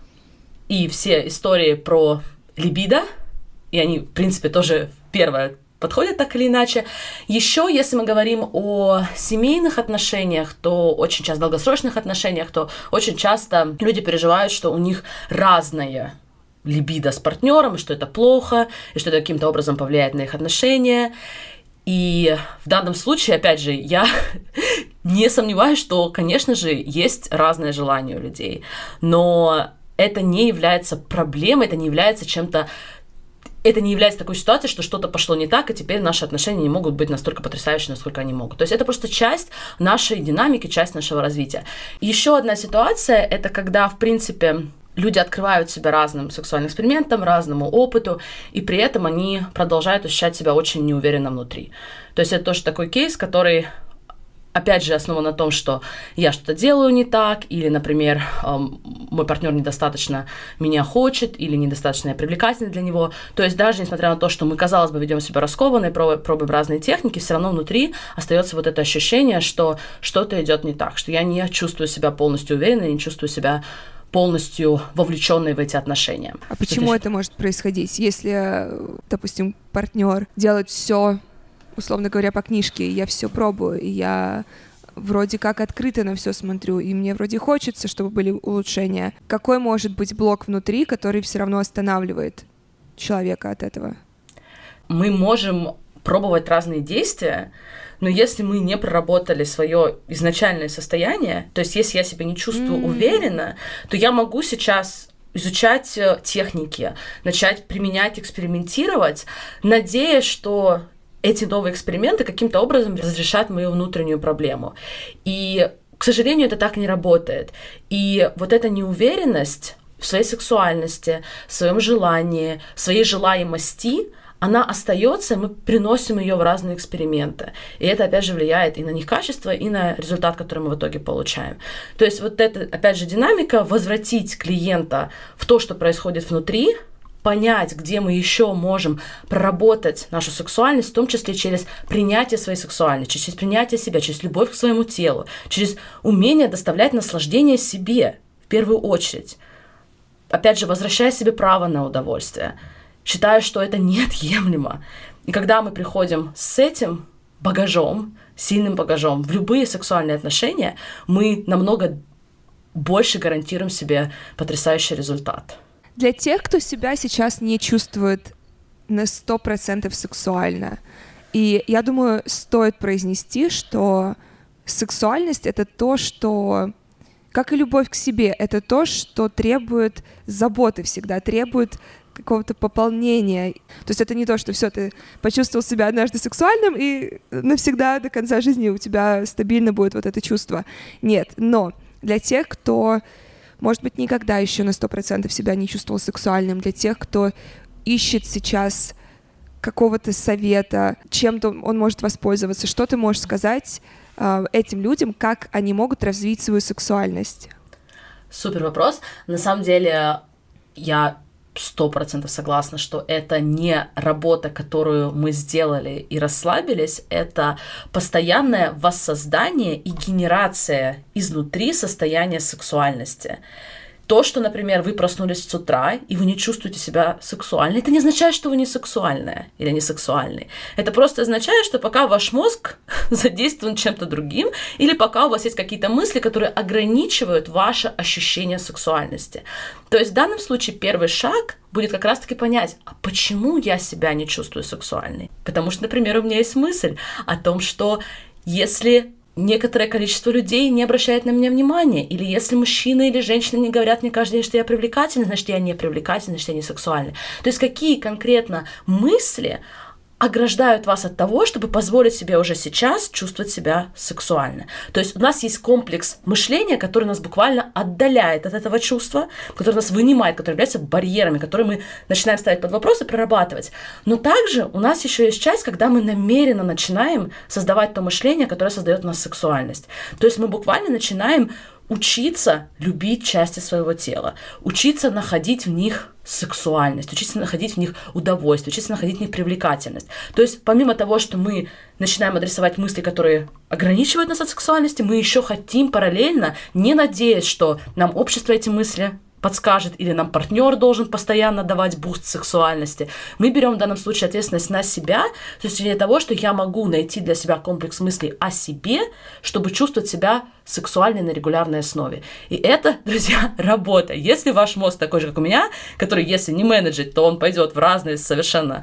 B: и все истории про либидо, и они, в принципе, тоже первое подходят так или иначе. Еще, если мы говорим о семейных отношениях, то очень часто, долгосрочных отношениях, то очень часто люди переживают, что у них разное либидо с партнером, и что это плохо, и что это каким-то образом повлияет на их отношения. И в данном случае, опять же, я не сомневаюсь, что, конечно же, есть разное желание у людей, но это не является проблемой, это не является чем-то Это не является такой ситуацией, что что-то пошло не так, и теперь наши отношения не могут быть настолько потрясающими, насколько они могут. То есть это просто часть нашей динамики, часть нашего развития. Еще одна ситуация — это когда, в принципе, люди открывают себя разным сексуальным экспериментам, разному опыту, и при этом они продолжают ощущать себя очень неуверенно внутри. То есть это тоже такой кейс, который, опять же, основан на том, что я что-то делаю не так, или, например, мой партнер недостаточно меня хочет, или недостаточно я привлекательна для него. То есть даже несмотря на то, что мы, казалось бы, ведем себя раскованно и пробуем разные техники, все равно внутри остается вот это ощущение, что что-то идет не так, что я не чувствую себя полностью уверенной, не чувствую себя полностью вовлеченной в эти отношения.
A: А почему это, это может происходить, если, допустим, партнер делает все, условно говоря, по книжке, и я все пробую, и я вроде как открыто на все смотрю, и мне вроде хочется, чтобы были улучшения. Какой может быть блок внутри, который все равно останавливает человека от этого?
B: Мы можем пробовать разные действия, но если мы не проработали свое изначальное состояние, то есть если я себя не чувствую mm-hmm. уверенно, то я могу сейчас изучать техники, начать применять, экспериментировать, надеясь, что эти новые эксперименты каким-то образом разрешат мою внутреннюю проблему. И, к сожалению, это так не работает. И вот эта неуверенность в своей сексуальности, в своем желании, в своей желаемости, она остается, мы приносим ее в разные эксперименты. И это, опять же, влияет и на них качество, и на результат, который мы в итоге получаем. То есть вот эта, опять же, динамика, возвратить клиента в то, что происходит внутри, понять, где мы еще можем проработать нашу сексуальность, в том числе через принятие своей сексуальности, через принятие себя, через любовь к своему телу, через умение доставлять наслаждение себе в первую очередь. Опять же, возвращая себе право на удовольствие, считая, что это неотъемлемо. И когда мы приходим с этим багажом, сильным багажом в любые сексуальные отношения, мы намного больше гарантируем себе потрясающий результат.
A: Для тех, кто себя сейчас не чувствует на сто процентов сексуально, и я думаю, стоит произнести, что сексуальность — это то, что, как и любовь к себе, это то, что требует заботы всегда, требует какого-то пополнения. То есть это не то, что все, ты почувствовал себя однажды сексуальным, и навсегда до конца жизни у тебя стабильно будет вот это чувство. Нет, но для тех, кто, может быть, никогда еще на сто процентов себя не чувствовал сексуальным, для тех, кто ищет сейчас какого-то совета, чем-то он может воспользоваться, что ты можешь сказать э, этим людям, как они могут развить свою сексуальность?
B: Супер вопрос. На самом деле, я сто процентов согласна, что это не работа, которую мы сделали и расслабились, это постоянное воссоздание и генерация изнутри состояния сексуальности. То, что, например, вы проснулись с утра, и вы не чувствуете себя сексуальной, это не означает, что вы не сексуальная или не сексуальный. Это просто означает, что пока ваш мозг задействован чем-то другим, или пока у вас есть какие-то мысли, которые ограничивают ваше ощущение сексуальности. То есть в данном случае первый шаг будет как раз-таки понять, а почему я себя не чувствую сексуальной? Потому что, например, у меня есть мысль о том, что если некоторое количество людей не обращает на меня внимания, или если мужчина или женщина не говорят мне каждый день, что я привлекательна, значит, я не привлекательна, значит, я не сексуальна. То есть какие конкретно мысли ограждают вас от того, чтобы позволить себе уже сейчас чувствовать себя сексуально. То есть у нас есть комплекс мышления, который нас буквально отдаляет от этого чувства, который нас вынимает, который является барьерами, которые мы начинаем ставить под вопрос и прорабатывать. Но также у нас еще есть часть, когда мы намеренно начинаем создавать то мышление, которое создает у нас сексуальность. То есть мы буквально начинаем учиться любить части своего тела, учиться находить в них сексуальность, учиться находить в них удовольствие, учиться находить в них привлекательность. То есть помимо того, что мы начинаем адресовать мысли, которые ограничивают нас от сексуальности, мы еще хотим параллельно, не надеясь, что нам общество эти мысли подскажет, или нам партнер должен постоянно давать буст сексуальности. Мы берем в данном случае ответственность на себя, с точки зрения того, что я могу найти для себя комплекс мыслей о себе, чтобы чувствовать себя сексуальной на регулярной основе. И это, друзья, работа. Если ваш мозг такой же, как у меня, который, если не менеджить, то он пойдет в разные совершенно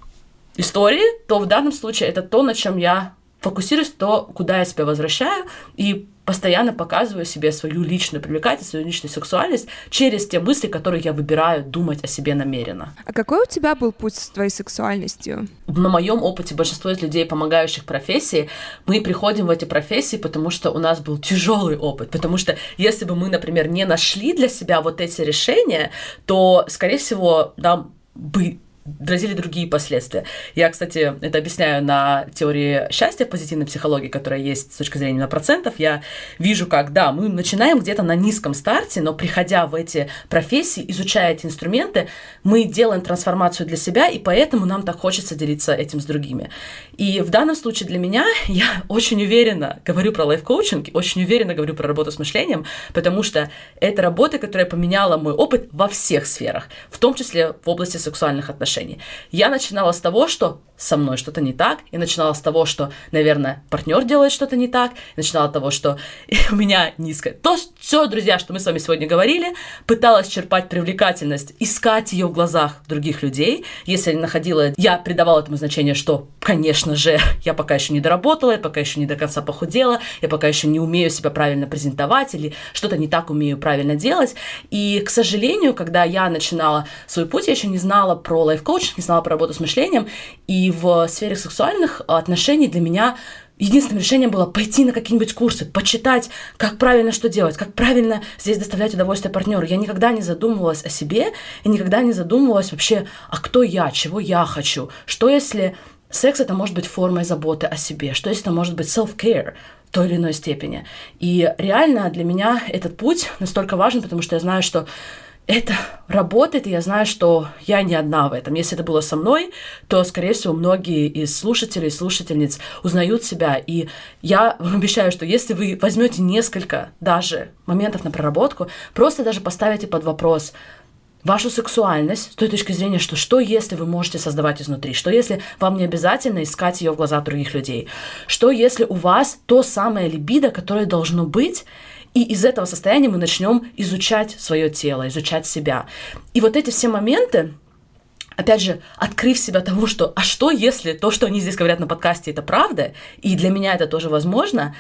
B: истории, то в данном случае это то, на чем я фокусируюсь, то, куда я себя возвращаю, и постоянно показываю себе свою личную привлекательность, свою личную сексуальность через те мысли, которые я выбираю думать о себе намеренно.
A: А какой у тебя был путь с твоей сексуальностью?
B: На моем опыте большинство из людей, помогающих профессии, мы приходим в эти профессии, потому что у нас был тяжелый опыт, потому что если бы мы, например, не нашли для себя вот эти решения, то, скорее всего, нам бы грозили другие последствия. Я, кстати, это объясняю на теории счастья в позитивной психологии, которая есть с точки зрения на процентов. Я вижу, как, да, мы начинаем где-то на низком старте, но приходя в эти профессии, изучая эти инструменты, мы делаем трансформацию для себя, и поэтому нам так хочется делиться этим с другими. И в данном случае для меня, я очень уверенно говорю про лайф-коучинг, очень уверенно говорю про работу с мышлением, потому что это работа, которая поменяла мой опыт во всех сферах, в том числе в области сексуальных отношений. Я начинала с того, что со мной что-то не так, я начинала с того, что, наверное, партнер делает что-то не так, я начинала с того, что у меня низкое. То, все, друзья, что мы с вами сегодня говорили, пыталась черпать привлекательность, искать ее в глазах других людей. Если я не находила, я придавала этому значение, что, конечно же, я пока еще не доработала, я пока еще не до конца похудела, я пока еще не умею себя правильно презентовать или что-то не так умею правильно делать. И, к сожалению, когда я начинала свой путь, я еще не знала про лайф-коучинг, не знала про работу с мышлением, и в сфере сексуальных отношений для меня единственным решением было пойти на какие-нибудь курсы, почитать, как правильно что делать, как правильно здесь доставлять удовольствие партнеру. Я никогда не задумывалась о себе, и никогда не задумывалась вообще, а кто я, чего я хочу, что если секс это может быть формой заботы о себе, что если это может быть self-care в той или иной степени. И реально для меня этот путь настолько важен, потому что я знаю, что это работает, и я знаю, что я не одна в этом. Если это было со мной, то, скорее всего, многие из слушателей и слушательниц узнают себя. И я вам обещаю, что если вы возьмете несколько даже моментов на проработку, просто даже поставите под вопрос вашу сексуальность с той точки зрения, что что если вы можете создавать изнутри, что если вам не обязательно искать ее в глазах других людей, что если у вас то самое либидо, которое должно быть, и из этого состояния мы начнем изучать свое тело, изучать себя. И вот эти все моменты, опять же, открыв себя тому, что а что если то, что они здесь говорят на подкасте, это правда, и для меня это тоже возможно,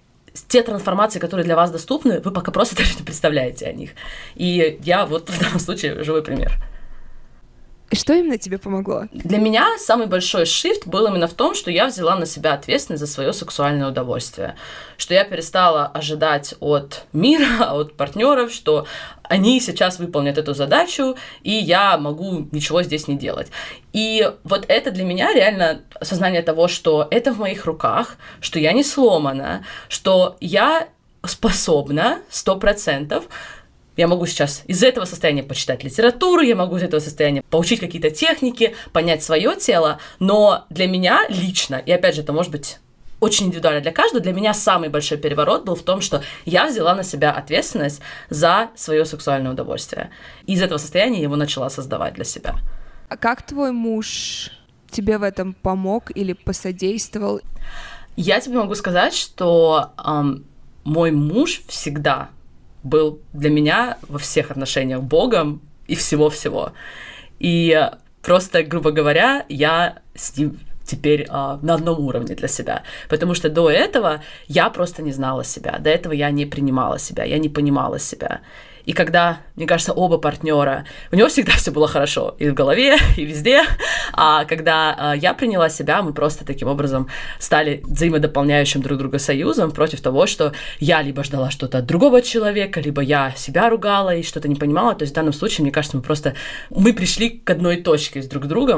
B: те трансформации, которые для вас доступны, вы пока просто даже не представляете о них. И я вот в данном случае живой пример.
A: И что именно тебе помогло?
B: Для меня самый большой шифт был именно в том, что я взяла на себя ответственность за свое сексуальное удовольствие. Что я перестала ожидать от мира, от партнеров, что они сейчас выполнят эту задачу, и я могу ничего здесь не делать. И вот это для меня реально осознание того, что это в моих руках, что я не сломана, что я способна сто процентов. Я могу сейчас из этого состояния почитать литературу, я могу из этого состояния поучить какие-то техники, понять свое тело, но для меня лично, и опять же, это может быть очень индивидуально для каждого, для меня самый большой переворот был в том, что я взяла на себя ответственность за свое сексуальное удовольствие. И из этого состояния его начала создавать для себя.
A: А как твой муж тебе в этом помог или посодействовал?
B: Я тебе могу сказать, что эм, мой муж всегда был для меня во всех отношениях Богом и всего-всего. И просто, грубо говоря, я с ним теперь а, на одном уровне для себя. Потому что до этого я просто не знала себя. До этого я не принимала себя, я не понимала себя. И когда, мне кажется, оба партнера, у него всегда все было хорошо, и в голове, и везде, а когда а, я приняла себя, мы просто таким образом стали взаимодополняющим друг друга союзом против того, что я либо ждала что-то от другого человека, либо я себя ругала и что-то не понимала. То есть в данном случае, мне кажется, мы просто, мы пришли к одной точке с друг другом.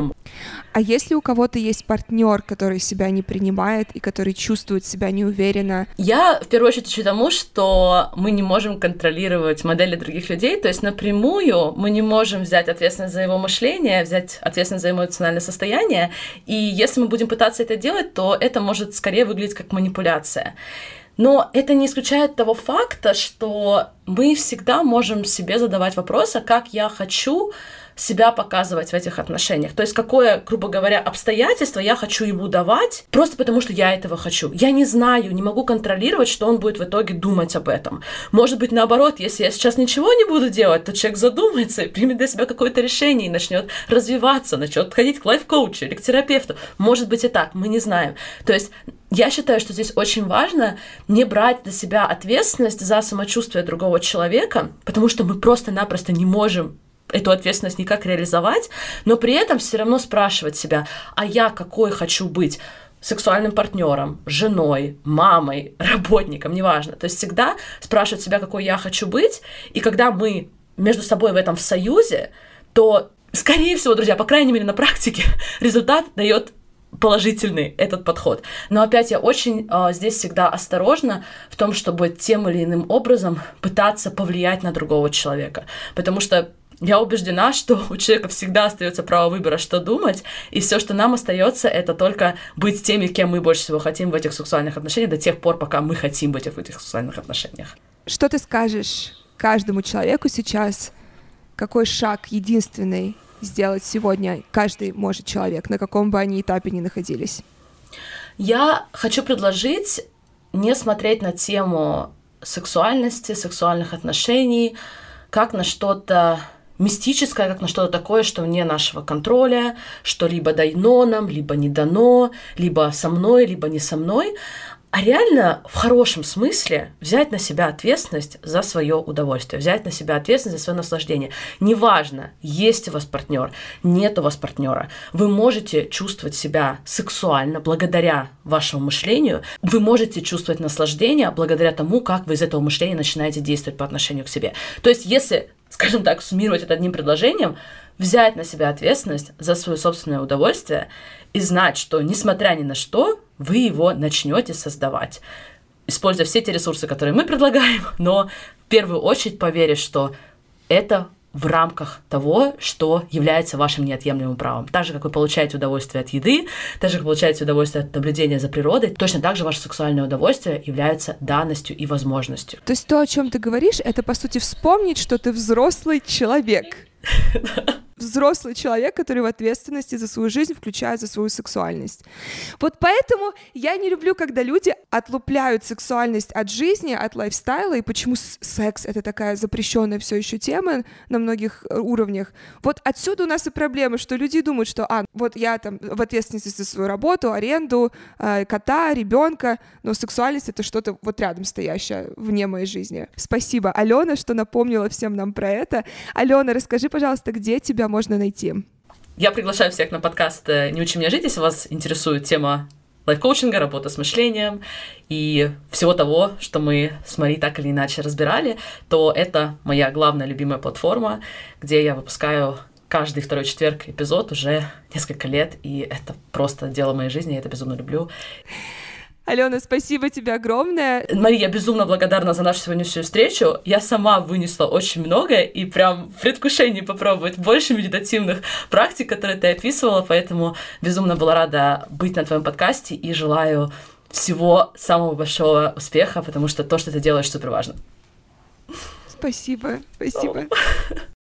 A: А если у кого-то есть партнер, который себя не принимает и который чувствует себя неуверенно?
B: Я в первую очередь учу тому, что мы не можем контролировать модели других людей, то есть напрямую мы не можем взять ответственность за его мышление, взять ответственность за эмоциональное состояние, и если мы будем пытаться это делать, то это может скорее выглядеть как манипуляция. Но это не исключает того факта, что мы всегда можем себе задавать вопрос, а как я хочу себя показывать в этих отношениях. То есть какое, грубо говоря, обстоятельство я хочу ему давать, просто потому что я этого хочу. Я не знаю, не могу контролировать, что он будет в итоге думать об этом. Может быть, наоборот, если я сейчас ничего не буду делать, то человек задумается и примет для себя какое-то решение и начнет развиваться, начнет ходить к лайф-коучу или к терапевту. Может быть и так, мы не знаем. То есть я считаю, что здесь очень важно не брать на себя ответственность за самочувствие другого человека, потому что мы просто-напросто не можем эту ответственность никак реализовать, но при этом все равно спрашивать себя, а я какой хочу быть сексуальным партнером, женой, мамой, работником, неважно. То есть всегда спрашивать себя, какой я хочу быть, и когда мы между собой в этом в союзе, то, скорее всего, друзья, по крайней мере на практике, результат дает положительный этот подход. Но опять я очень э, здесь всегда осторожна в том, чтобы тем или иным образом пытаться повлиять на другого человека, потому что я убеждена, что у человека всегда остается право выбора, что думать, и все, что нам остается, это только быть теми, кем мы больше всего хотим в этих сексуальных отношениях до тех пор, пока мы хотим быть в этих сексуальных отношениях.
A: Что ты скажешь каждому человеку сейчас? Какой шаг единственный сделать сегодня каждый может человек, на каком бы они этапе ни находились?
B: Я хочу предложить не смотреть на тему сексуальности, сексуальных отношений как на что-то мистическое, как на что-то такое, что вне нашего контроля, что либо дано нам, либо не дано, либо со мной, либо не со мной, а реально в хорошем смысле взять на себя ответственность за свое удовольствие, взять на себя ответственность за свое наслаждение. Неважно, есть у вас партнер, нет у вас партнера, вы можете чувствовать себя сексуально благодаря вашему мышлению, вы можете чувствовать наслаждение благодаря тому, как вы из этого мышления начинаете действовать по отношению к себе. То есть если, скажем так, суммировать это одним предложением, взять на себя ответственность за свое собственное удовольствие и знать, что, несмотря ни на что, вы его начнете создавать, используя все те ресурсы, которые мы предлагаем, но в первую очередь поверить, что это в рамках того, что является вашим неотъемлемым правом. Так же, как вы получаете удовольствие от еды, так же, как вы получаете удовольствие от наблюдения за природой, точно так же ваше сексуальное удовольствие является данностью и возможностью.
A: То есть то, о чем ты говоришь, это, по сути, вспомнить, что ты взрослый человек. Взрослый человек, который в ответственности за свою жизнь, включая за свою сексуальность. Вот поэтому я не люблю, когда люди отлупляют сексуальность от жизни, от лайфстайла, и почему секс — это такая запрещенная все еще тема на многих уровнях. Вот отсюда у нас и проблема, что люди думают, что а, вот я там в ответственности за свою работу, аренду, э, кота, ребенка, но сексуальность — это что-то вот рядом стоящее, вне моей жизни. Спасибо, Алена, что напомнила всем нам про это. Алена, расскажи, пожалуйста, где тебя можно найти?
B: Я приглашаю всех на подкаст «Не учи меня жить», если вас интересует тема лайф-коучинга, работа с мышлением и всего того, что мы с Марией так или иначе разбирали, то это моя главная любимая платформа, где я выпускаю каждый второй четверг эпизод уже несколько лет, и это просто дело моей жизни, я это безумно люблю.
A: Алена, спасибо тебе огромное.
B: Мария, я безумно благодарна за нашу сегодняшнюю встречу. Я сама вынесла очень много и прям в предвкушении попробовать больше медитативных практик, которые ты описывала, поэтому безумно была рада быть на твоем подкасте и желаю всего самого большого успеха, потому что то, что ты делаешь, супер важно.
A: Спасибо, спасибо.